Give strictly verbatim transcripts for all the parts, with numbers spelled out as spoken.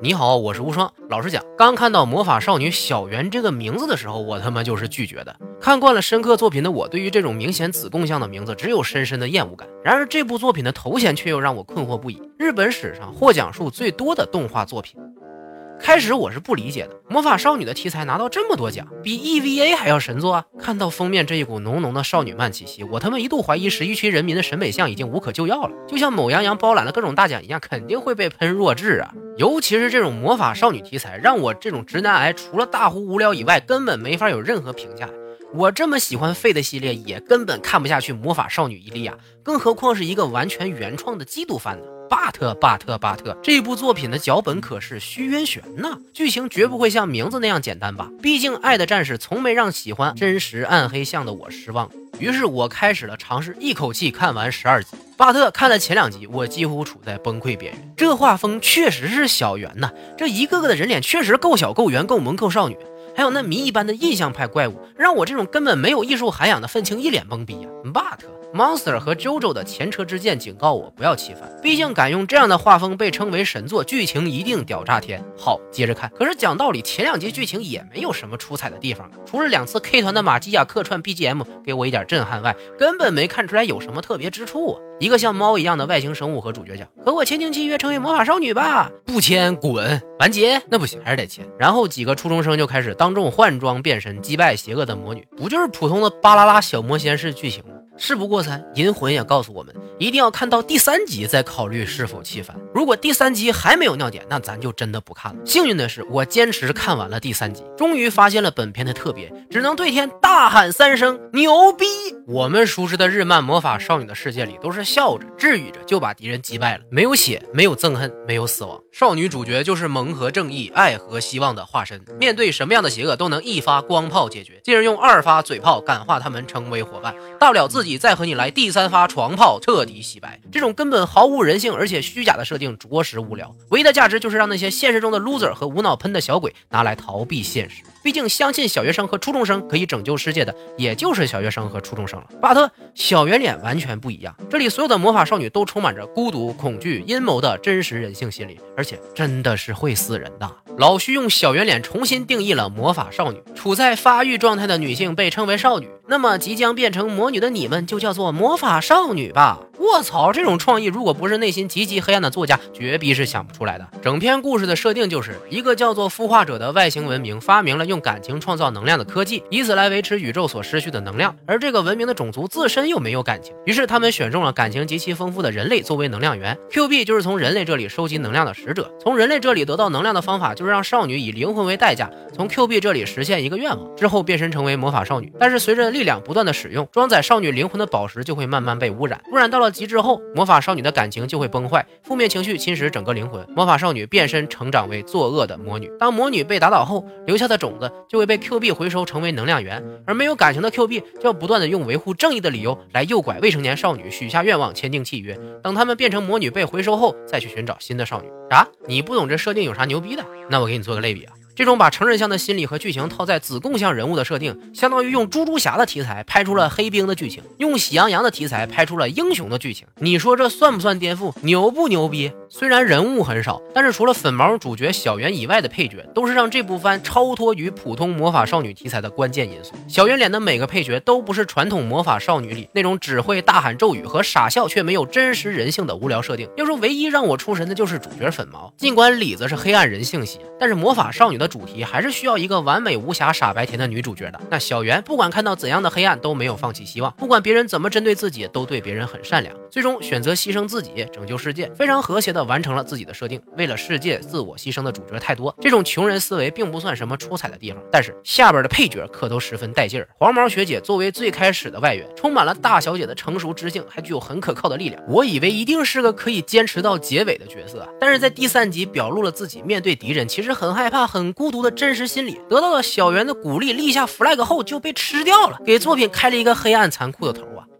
你好，我是无双。老实讲，刚看到魔法少女小圆这个名字的时候，我他妈就是拒绝的。看惯了深刻作品的我，对于这种明显子贡像的名字只有深深的厌恶感。然而这部作品的头衔却又让我困惑不已，日本史上获奖数最多的动画作品。开始我是不理解的，魔法少女的题材拿到这么多奖，比 E V A 还要神作啊！看到封面这一股浓浓的少女漫气息，我他妈一度怀疑十一区人民的审美相已经无可救药了，就像某羊羊包揽了各种大奖一样，肯定会被喷弱智啊！尤其是这种魔法少女题材，让我这种直男癌除了大呼无聊以外，根本没法有任何评价。我这么喜欢废的系列，也根本看不下去魔法少女伊利亚，更何况是一个完全原创的基督番呢巴特巴特巴特，这部作品的脚本可是虚渊玄呐，剧情绝不会像名字那样简单吧？毕竟《爱的战士》从没让喜欢真实暗黑向的我失望。于是我开始了尝试一口气看完十二集。巴特看了前两集，我几乎处在崩溃边缘。这画风确实是小圆呐，这一个个的人脸确实够小够圆够萌够少女。还有那谜一般的印象派怪物，让我这种根本没有艺术涵养的愤青一脸懵逼呀、啊。But Monster 和 JoJo 的前车之鉴警告我不要欺犯，毕竟敢用这样的画风被称为神作，剧情一定屌炸天。好，接着看。可是讲道理，前两集剧情也没有什么出彩的地方，除了两次 K 团的玛基亚客串 B G M 给我一点震撼外，根本没看出来有什么特别之处啊。一个像猫一样的外星生物和主角讲和我签订契约成为魔法少女吧，不签滚，完结那不行还是得签。然后几个初中生就开始当众换装变身击败邪恶的魔女，不就是普通的巴啦啦小魔仙式剧情吗？事不过三，银魂也告诉我们一定要看到第三集再考虑是否弃番，如果第三集还没有尿点，那咱就真的不看了。幸运的是我坚持看完了第三集，终于发现了本片的特别，只能对天大喊三声牛逼。我们熟知的日漫魔法少女的世界里都是笑着治愈着就把敌人击败了，没有血，没有憎恨，没有死亡，少女主角就是萌和正义，爱和希望的化身，面对什么样的邪恶都能一发光炮解决，接着用二发嘴炮感化他们成为伙伴，大不了自己再和你来第三发床炮彻底洗白。这种根本毫无人性而且虚假的设定着实无聊，唯一的价值就是让那些现实中的 loser 和无脑喷的小鬼拿来逃避现实。毕竟相信小学生和初中生可以拯救世界的也就是小学生和初中生了。巴特小圆脸完全不一样，这里所有的魔法少女都充满着孤独、恐惧、阴谋的真实人性心理，而且真的是会死人的。老徐用小圆脸重新定义了魔法少女，处在发育状态的女性被称为少女，那么即将变成魔女的你们就叫做魔法少女吧。卧槽，这种创意如果不是内心极其黑暗的作家，绝逼是想不出来的。整篇故事的设定就是一个叫做孵化者的外星文明发明了用感情创造能量的科技，以此来维持宇宙所失去的能量，而这个文明的种族自身又没有感情，于是他们选中了感情极其丰富的人类作为能量源。 Q B 就是从人类这里收集能量的使者，从人类这里得到能量的方法就是让少女以灵魂为代价从 Q B 这里实现一个愿望，之后变身成为魔法少女。但是随着力量不断的使用，装载少女灵魂的宝石就会慢慢被污染，污染到了极致后，魔法少女的感情就会崩坏，负面情绪侵蚀整个灵魂，魔法少女变身成长为作恶的魔女。当魔女被打倒后，留下的种子就会被 Q B 回收成为能量源，而没有感情的 Q B 就要不断的用维护正义的理由来诱拐未成年少女许下愿望，签订契约，等他们变成魔女被回收后再去寻找新的少女。啥？你不懂这设定有啥牛逼的？那我给你做个类比啊。这种把成人向的心理和剧情套在子贡向人物的设定，相当于用猪猪侠的题材拍出了黑冰的剧情，用喜羊羊的题材拍出了英雄的剧情。你说这算不算颠覆？牛不牛逼？虽然人物很少，但是除了粉毛主角小圆以外的配角都是让这部番超脱于普通魔法少女题材的关键因素。小圆脸的每个配角都不是传统魔法少女里那种只会大喊咒语和傻笑却没有真实人性的无聊设定。要说唯一让我出神的就是主角粉毛，尽管李子是黑暗人性系，但是魔法少女的主题还是需要一个完美无瑕傻白甜的女主角的。那小圆不管看到怎样的黑暗都没有放弃希望，不管别人怎么针对自己都对别人很善良，最终选择牺牲自己拯救世界，非常和谐的完成了自己的设定。为了世界自我牺牲的主角太多，这种穷人思维并不算什么出彩的地方，但是下边的配角可都十分带劲儿。黄毛学姐作为最开始的外援，充满了大小姐的成熟知性，还具有很可靠的力量。我以为一定是个可以坚持到结尾的角色，但是在第三集表露了自己面对敌人其实很害怕很孤独的真实心理，得到了小圆的鼓励，立下 flag 后就被吃掉了，给作品开了一个黑暗残酷的头啊！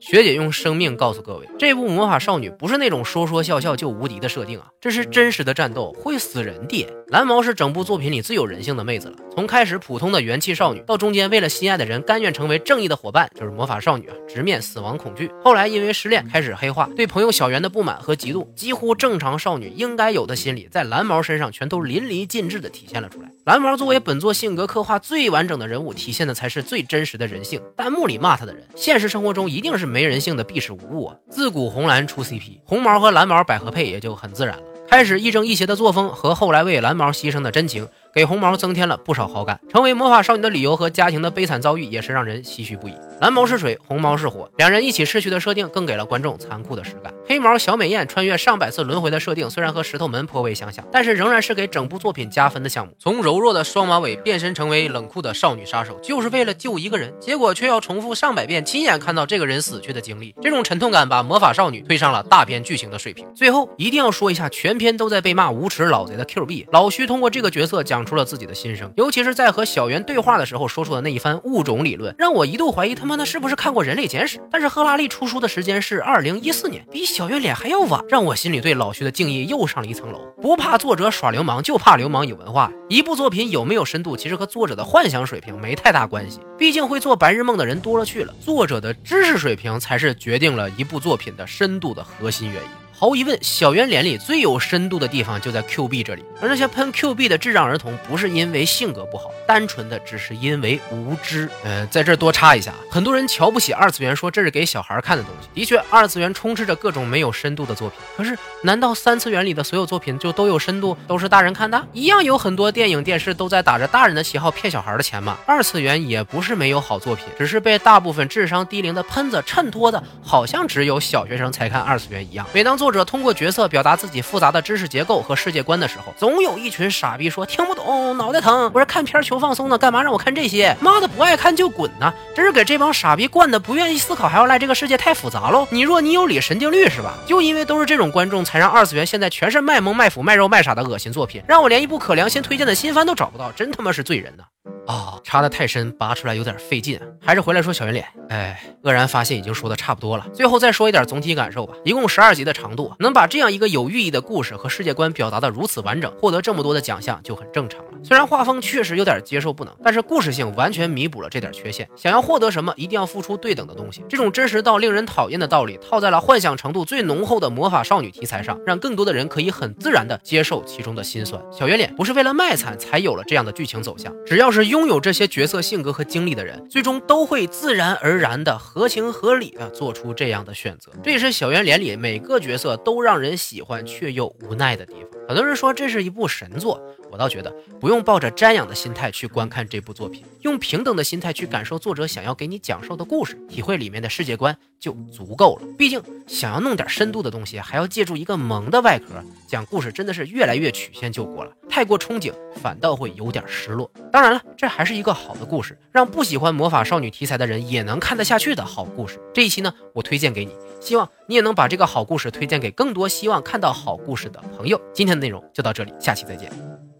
学姐用生命告诉各位，这部魔法少女不是那种说说笑笑就无敌的设定啊，这是真实的战斗，会死人的。蓝毛是整部作品里最有人性的妹子了，从开始普通的元气少女，到中间为了心爱的人甘愿成为正义的伙伴，就是魔法少女啊，直面死亡恐惧。后来因为失恋开始黑化，对朋友小圆的不满和嫉妒，几乎正常少女应该有的心理，在蓝毛身上全都淋漓尽致的体现了出来。蓝毛作为本作性格刻画最完整的人物，体现的才是最真实的人性。弹幕里骂他的人，现实生活中一定是没人性的必是无物啊！自古红蓝出 C P， 红毛和蓝毛百合配也就很自然了。开始亦正亦邪的作风和后来为蓝毛牺牲的真情，给红毛增添了不少好感。成为魔法少女的理由和家庭的悲惨遭遇也是让人唏嘘不已。蓝毛是水，红毛是火，两人一起逝去的设定更给了观众残酷的实感。黑毛小美艳穿越上百次轮回的设定虽然和石头门颇为相像，但是仍然是给整部作品加分的项目。从柔弱的双马尾变身成为冷酷的少女杀手，就是为了救一个人，结果却要重复上百遍亲眼看到这个人死去的经历。这种沉痛感把魔法少女推上了大片剧情的水平。最后一定要说一下全篇都在被骂无耻老贼的 Q B 老徐，通过这个角色讲出了自己的心声，尤其是在和小圆对话的时候说出的那一番物种理论，让我一度怀疑他妈的是不是看过人类简史。但是赫拉利出书的时间是二零一四年，比小圆脸还要晚，让我心里对老徐的敬意又上了一层楼。不怕作者耍流氓，就怕流氓有文化。一部作品有没有深度，其实和作者的幻想水平没太大关系，毕竟会做白日梦的人多了去了，作者的知识水平才是决定了一部作品的深度的核心原因。毫无疑问，小圆脸里最有深度的地方就在 Q B 这里，而那些喷 Q B 的智障儿童不是因为性格不好，单纯的只是因为无知。呃，在这儿多插一下，很多人瞧不起二次元，说这是给小孩看的东西。的确，二次元充斥着各种没有深度的作品，可是难道三次元里的所有作品就都有深度，都是大人看的？一样有很多电影电视都在打着大人的旗号骗小孩的钱嘛。二次元也不是没有好作品，只是被大部分智商低龄的喷子衬托的好像只有小学生才看二次元一样。每当作者通过角色表达自己复杂的知识结构和世界观的时候，总有一群傻逼说听不懂，脑袋疼，我是看片求放松的，干嘛让我看这些？妈的，不爱看就滚呐！真是给这帮傻逼惯的不愿意思考，还要赖这个世界太复杂喽。你若你有理，神经律是吧？就因为都是这种观众，才让二次元现在全是卖萌卖腐卖肉卖傻的恶心作品，让我连一部可良心推荐的新番都找不到，真他妈是罪人呐！啊、哦，插得太深，拔出来有点费劲，还是回来说小圆脸。哎，愕然发现已经说的差不多了，最后再说一点总体感受吧。一共十二集的长度，能把这样一个有寓意的故事和世界观表达的如此完整，获得这么多的奖项就很正常了。虽然画风确实有点接受不能，但是故事性完全弥补了这点缺陷。想要获得什么，一定要付出对等的东西。这种真实到令人讨厌的道理，套在了幻想程度最浓厚的魔法少女题材上，让更多的人可以很自然的接受其中的辛酸。小圆脸不是为了卖惨才有了这样的剧情走向，只要是拥有这些角色性格和经历的人，最终都会自然而然的合情合理的做出这样的选择。这也是小圆脸里每个角色都让人喜欢却又无奈的地方。很多人说这是一部神作，我倒觉得不用抱着瞻仰的心态去观看这部作品，用平等的心态去感受作者想要给你讲授的故事，体会里面的世界观就足够了。毕竟想要弄点深度的东西，还要借助一个萌的外壳讲故事，真的是越来越曲线救国了。太过憧憬反倒会有点失落。当然了，这还是一个好的故事，让不喜欢魔法少女题材的人也能看得下去的好故事。这一期呢，我推荐给你，希望你也能把这个好故事推荐给更多希望看到好故事的朋友。今天的内容就到这里，下期再见。